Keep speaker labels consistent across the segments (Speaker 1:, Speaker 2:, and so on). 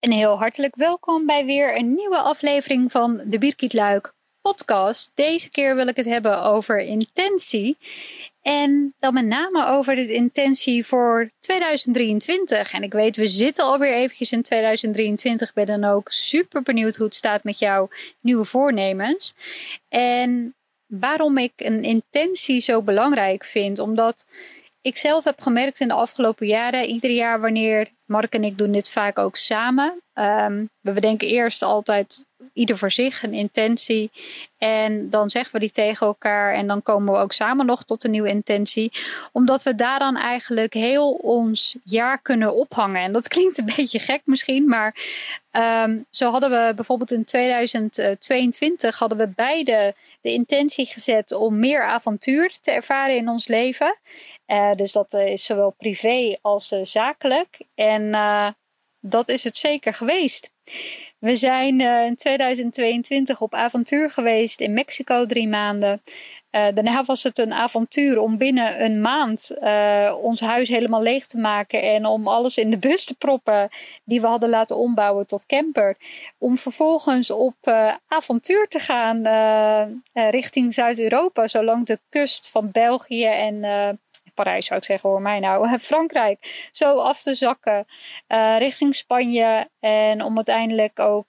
Speaker 1: Een heel hartelijk welkom bij weer een nieuwe aflevering van de Birgit Luik podcast. Deze keer wil ik het hebben over intentie. En dan met name over de intentie voor 2023. En ik weet, we zitten alweer eventjes in 2023. Ik ben dan ook super benieuwd hoe het staat met jouw nieuwe voornemens. En waarom ik een intentie zo belangrijk vind. Omdat ik zelf heb gemerkt in de afgelopen jaren, ieder jaar wanneer Mark en ik doen dit vaak ook samen. We bedenken eerst altijd ieder voor zich een intentie. En dan zeggen we die tegen elkaar. En dan komen we ook samen nog tot een nieuwe intentie. Omdat we daar dan eigenlijk heel ons jaar kunnen ophangen. En dat klinkt een beetje gek misschien. Maar zo hadden we bijvoorbeeld in 2022 hadden we beide de intentie gezet om meer avontuur te ervaren in ons leven. Dus dat is zowel privé als zakelijk. En dat is het zeker geweest. We zijn in 2022 op avontuur geweest in Mexico 3 maanden. Daarna was het een avontuur om binnen een maand ons huis helemaal leeg te maken. En om alles in de bus te proppen die we hadden laten ombouwen tot camper. Om vervolgens op avontuur te gaan richting Zuid-Europa. Zolang de kust van België en Parijs zou ik zeggen, hoor mij nou, Frankrijk, zo af te zakken richting Spanje. En om uiteindelijk ook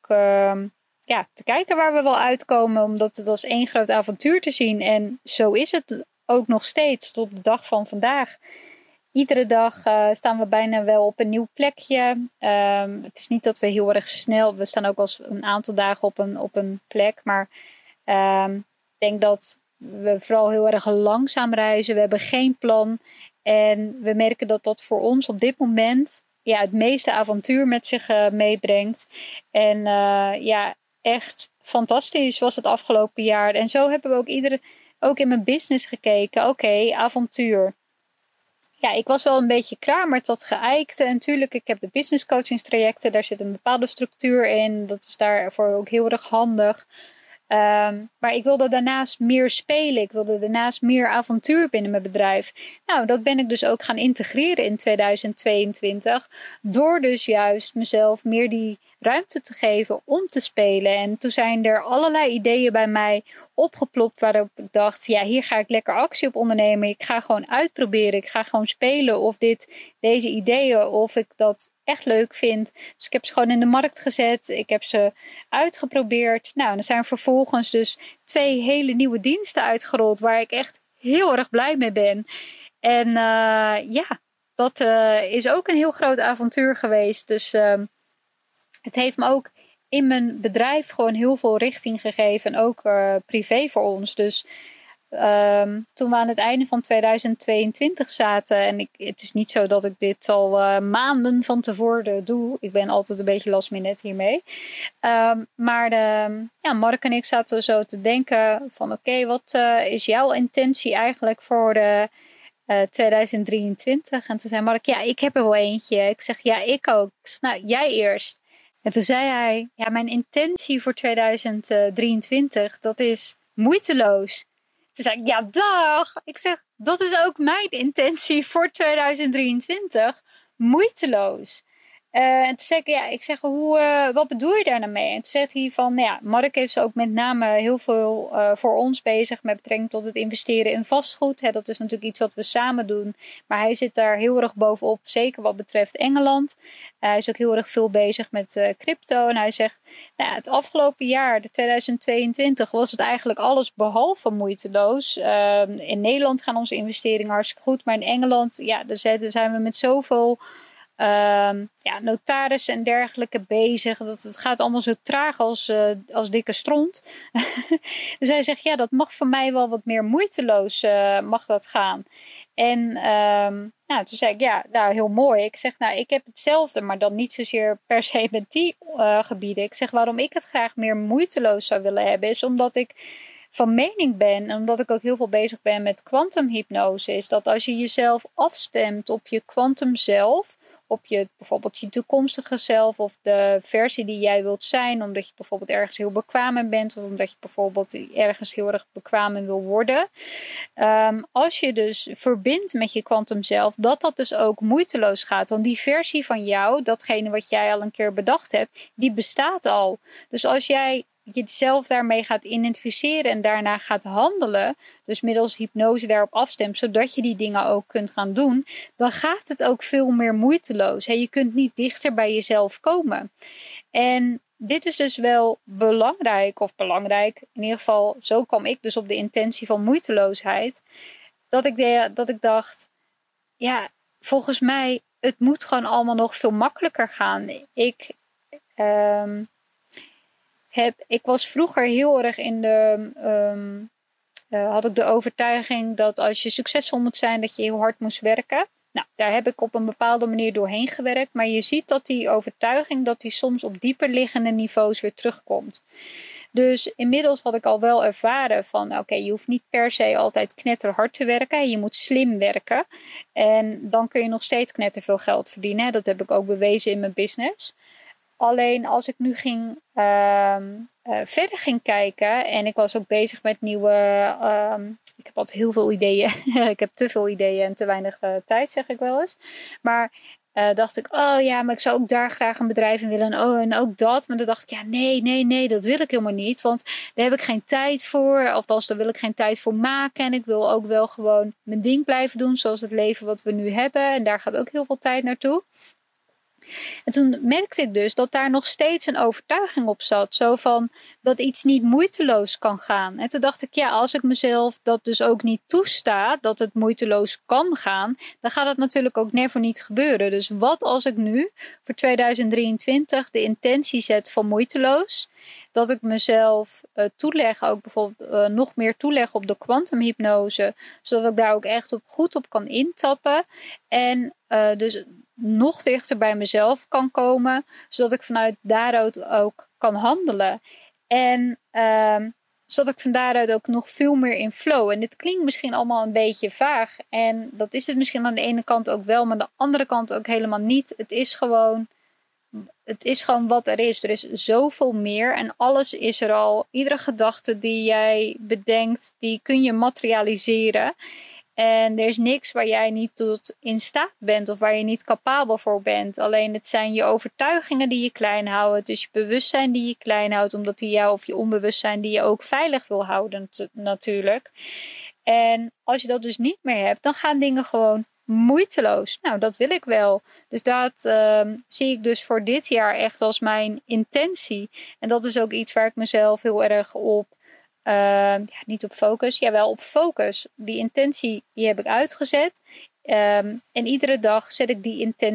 Speaker 1: te kijken waar we wel uitkomen, omdat het als één groot avontuur te zien. En zo is het ook nog steeds tot de dag van vandaag. Iedere dag staan we bijna wel op een nieuw plekje. Het is niet dat we heel erg snel, we staan ook al een aantal dagen op een plek, maar ik denk dat we vooral heel erg langzaam reizen. We hebben geen plan. En we merken dat dat voor ons op dit moment het meeste avontuur met zich meebrengt. En echt fantastisch was het afgelopen jaar. En zo hebben we ook in mijn business gekeken. Oké, avontuur. Ja, ik was wel een beetje klaar met dat geëikte. En natuurlijk, ik heb de business coachingstrajecten. Daar zit een bepaalde structuur in. Dat is daarvoor ook heel erg handig. Maar ik wilde daarnaast meer spelen. Ik wilde daarnaast meer avontuur binnen mijn bedrijf. Nou, dat ben ik dus ook gaan integreren in 2022. Door dus juist mezelf meer die ruimte te geven om te spelen. En toen zijn er allerlei ideeën bij mij opgeplopt waarop ik dacht, hier ga ik lekker actie op ondernemen. Ik ga gewoon uitproberen. Ik ga gewoon spelen of deze ideeën, of ik dat echt leuk vind. Dus ik heb ze gewoon in de markt gezet. Ik heb ze uitgeprobeerd. Nou, en er zijn vervolgens dus 2 hele nieuwe diensten uitgerold waar ik echt heel erg blij mee ben. En dat is ook een heel groot avontuur geweest. Dus het heeft me ook in mijn bedrijf gewoon heel veel richting gegeven. En ook privé voor ons. Dus toen we aan het einde van 2022 zaten. En het is niet zo dat ik dit al maanden van tevoren doe. Ik ben altijd een beetje last minute hiermee. Maar Mark en ik zaten zo te denken van oké, wat is jouw intentie eigenlijk voor 2023? En toen zei Mark, ik heb er wel eentje. Ik zeg, ik ook. Ik zeg, nou, jij eerst. En toen zei hij, mijn intentie voor 2023, dat is moeiteloos. Toen zei ik, dag. Ik zeg, dat is ook mijn intentie voor 2023. Moeiteloos. En toen zei ik, wat bedoel je daar nou mee? En toen zei hij van, Mark heeft ze ook met name heel veel voor ons bezig met betrekking tot het investeren in vastgoed. Dat is natuurlijk iets wat we samen doen. Maar hij zit daar heel erg bovenop, zeker wat betreft Engeland. Hij is ook heel erg veel bezig met crypto. En hij zegt, het afgelopen jaar, 2022, was het eigenlijk alles behalve moeiteloos. In Nederland gaan onze investeringen hartstikke goed. Maar in Engeland, daar zijn we met zoveel notarissen en dergelijke bezig. Het gaat allemaal zo traag als dikke stront. Dus hij zegt, dat mag voor mij wel wat meer moeiteloos mag dat gaan. En toen zei ik, heel mooi. Ik zeg, ik heb hetzelfde, maar dan niet zozeer per se met die gebieden. Ik zeg, waarom ik het graag meer moeiteloos zou willen hebben, is omdat ik van mening ben, en omdat ik ook heel veel bezig ben met kwantumhypnose, is dat als je jezelf afstemt op je kwantum zelf, op bijvoorbeeld je toekomstige zelf of de versie die jij wilt zijn, omdat je bijvoorbeeld ergens heel bekwaam in bent of omdat je bijvoorbeeld ergens heel erg bekwaam in wil worden. Als je dus verbindt met je kwantum zelf, dat dus ook moeiteloos gaat. Want die versie van jou, datgene wat jij al een keer bedacht hebt, die bestaat al. Dus als jij jezelf daarmee gaat identificeren en daarna gaat handelen, dus middels hypnose daarop afstemt, zodat je die dingen ook kunt gaan doen, dan gaat het ook veel meer moeiteloos. Je kunt niet dichter bij jezelf komen. En dit is dus wel belangrijk, in ieder geval zo kwam ik dus op de intentie van moeiteloosheid, dat ik dacht, ja, volgens mij, het moet gewoon allemaal nog veel makkelijker gaan. Ik was vroeger heel erg had ik de overtuiging dat als je succesvol moet zijn, dat je heel hard moest werken. Nou, daar heb ik op een bepaalde manier doorheen gewerkt. Maar je ziet dat die overtuiging, dat die soms op dieper liggende niveaus weer terugkomt. Dus inmiddels had ik al wel ervaren van, oké, je hoeft niet per se altijd knetterhard te werken. Je moet slim werken. En dan kun je nog steeds knetterveel geld verdienen. Dat heb ik ook bewezen in mijn business. Alleen als ik nu verder ging kijken en ik was ook bezig met nieuwe... ik heb altijd heel veel ideeën. Ik heb te veel ideeën en te weinig tijd, zeg ik wel eens. Maar dacht ik, maar ik zou ook daar graag een bedrijf in willen. En ook dat. Maar dan dacht ik, ja, nee, dat wil ik helemaal niet. Want daar heb ik geen tijd voor. Althans, daar wil ik geen tijd voor maken. En ik wil ook wel gewoon mijn ding blijven doen, zoals het leven wat we nu hebben. En daar gaat ook heel veel tijd naartoe. En toen merkte ik dus dat daar nog steeds een overtuiging op zat. Zo van dat iets niet moeiteloos kan gaan. En toen dacht ik, ja, als ik mezelf dat dus ook niet toesta, dat het moeiteloos kan gaan, dan gaat het natuurlijk ook never niet gebeuren. Dus wat als ik nu voor 2023 de intentie zet van moeiteloos, dat ik mezelf toeleg, ook bijvoorbeeld nog meer toeleg op de kwantumhypnose, zodat ik daar ook echt goed op kan intappen. En dus nog dichter bij mezelf kan komen, zodat ik vanuit daaruit ook kan handelen. En zodat ik van daaruit ook nog veel meer in flow. En dit klinkt misschien allemaal een beetje vaag. En dat is het misschien aan de ene kant ook wel, maar aan de andere kant ook helemaal niet. Het is gewoon wat er is. Er is zoveel meer en alles is er al. Iedere gedachte die jij bedenkt, die kun je materialiseren. En er is niks waar jij niet tot in staat bent of waar je niet capabel voor bent. Alleen het zijn je overtuigingen die je klein houden. Het is je bewustzijn die je klein houdt, omdat die jou, of je onbewustzijn die je ook veilig wil houden natuurlijk. En als je dat dus niet meer hebt, dan gaan dingen gewoon moeiteloos. Nou, dat wil ik wel. Dus dat zie ik dus voor dit jaar echt als mijn intentie. En dat is ook iets waar ik mezelf heel erg op niet op focus. Wel op focus. Die intentie die heb ik uitgezet. En iedere dag zet ik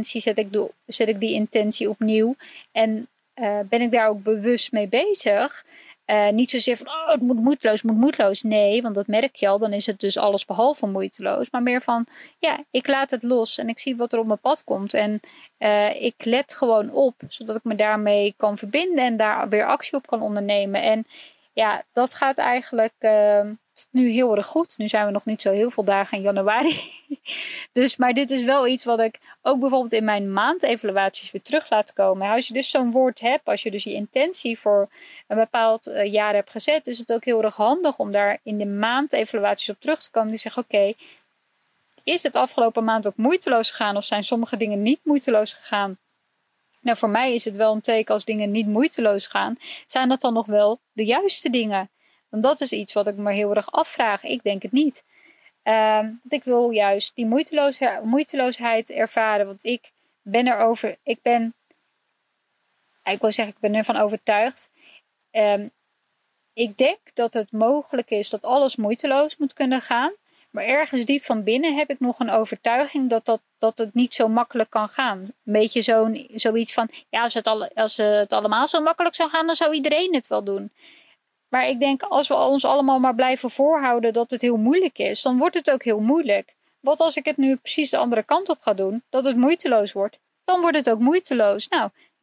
Speaker 1: die intentie opnieuw. En ben ik daar ook bewust mee bezig. Niet zozeer van, het moet moeiteloos. Nee, want dat merk je al. Dan is het dus alles behalve moeiteloos. Maar meer van, ja, ik laat het los. En ik zie wat er op mijn pad komt. En ik let gewoon op. Zodat ik me daarmee kan verbinden. En daar weer actie op kan ondernemen. En ja, dat gaat eigenlijk nu heel erg goed. Nu zijn we nog niet zo heel veel dagen in januari. Maar dit is wel iets wat ik ook bijvoorbeeld in mijn maandevaluaties weer terug laat komen. Als je dus zo'n woord hebt, als je dus je intentie voor een bepaald jaar hebt gezet, is het ook heel erg handig om daar in de maandevaluaties op terug te komen. Die zeggen, oké, is het afgelopen maand ook moeiteloos gegaan of zijn sommige dingen niet moeiteloos gegaan? Nou, voor mij is het wel een teken als dingen niet moeiteloos gaan. Zijn dat dan nog wel de juiste dingen? Want dat is iets wat ik me heel erg afvraag. Ik denk het niet. Want ik wil juist die moeiteloosheid ervaren. Want ik ben ervan overtuigd. Ik denk dat het mogelijk is dat alles moeiteloos moet kunnen gaan. Maar ergens diep van binnen heb ik nog een overtuiging dat het niet zo makkelijk kan gaan. Een beetje zoiets van, ja, als het allemaal zo makkelijk zou gaan, dan zou iedereen het wel doen. Maar ik denk, als we ons allemaal maar blijven voorhouden dat het heel moeilijk is, dan wordt het ook heel moeilijk. Wat als ik het nu precies de andere kant op ga doen, dat het moeiteloos wordt, dan wordt het ook moeiteloos. Nou,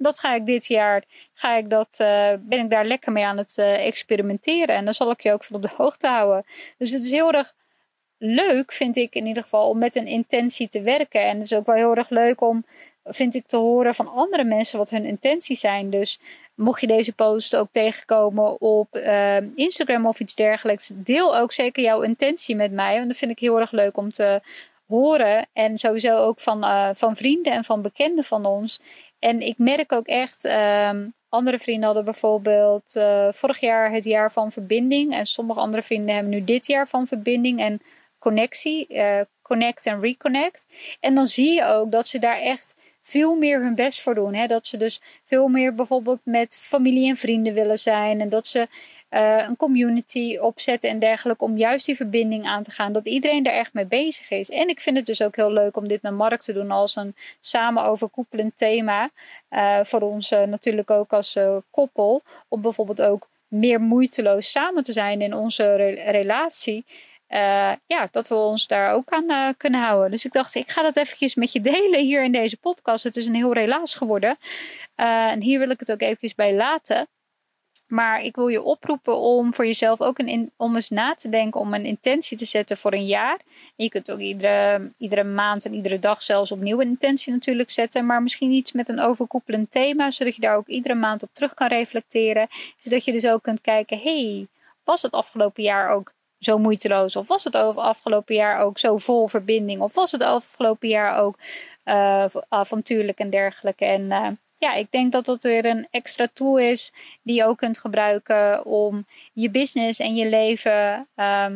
Speaker 1: dat ga ik dit jaar, ben ik daar lekker mee aan het experimenteren. En dan zal ik je ook van op de hoogte houden. Dus het is heel erg leuk, vind ik in ieder geval, om met een intentie te werken. En het is ook wel heel erg leuk om, vind ik, te horen van andere mensen wat hun intenties zijn. Dus mocht je deze post ook tegenkomen op Instagram of iets dergelijks, deel ook zeker jouw intentie met mij. Want dat vind ik heel erg leuk om te horen. En sowieso ook van vrienden en van bekenden van ons. En ik merk ook echt, andere vrienden hadden bijvoorbeeld vorig jaar het jaar van verbinding. En sommige andere vrienden hebben nu dit jaar van verbinding en connectie. Connect en reconnect. En dan zie je ook dat ze daar echt veel meer hun best voor doen. Hè? Dat ze dus veel meer bijvoorbeeld met familie en vrienden willen zijn. En dat ze een community opzetten en dergelijke om juist die verbinding aan te gaan. Dat iedereen daar echt mee bezig is. En ik vind het dus ook heel leuk om dit met Mark te doen als een samen overkoepelend thema. Voor ons natuurlijk ook als koppel. Om bijvoorbeeld ook meer moeiteloos samen te zijn in onze relatie. Dat we ons daar ook aan kunnen houden. Dus ik dacht, ik ga dat eventjes met je delen hier in deze podcast. Het is een heel relaas geworden. En hier wil ik het ook eventjes bij laten. Maar ik wil je oproepen om voor jezelf ook om eens na te denken om een intentie te zetten voor een jaar. En je kunt ook iedere maand en iedere dag zelfs opnieuw een intentie natuurlijk zetten. Maar misschien iets met een overkoepelend thema, zodat je daar ook iedere maand op terug kan reflecteren. Zodat je dus ook kunt kijken, was het afgelopen jaar ook zo moeiteloos? Of was het afgelopen jaar ook zo vol verbinding? Of was het afgelopen jaar ook avontuurlijk en dergelijke? En ik denk dat dat weer een extra tool is die je ook kunt gebruiken om je business en je leven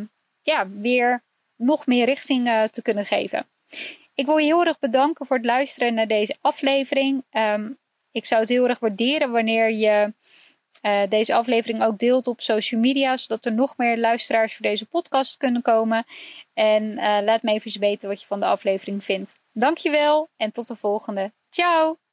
Speaker 1: weer nog meer richting te kunnen geven. Ik wil je heel erg bedanken voor het luisteren naar deze aflevering. Ik zou het heel erg waarderen wanneer je deze aflevering ook deelt op social media, zodat er nog meer luisteraars voor deze podcast kunnen komen. En laat me even weten wat je van de aflevering vindt. Dankjewel en tot de volgende. Ciao!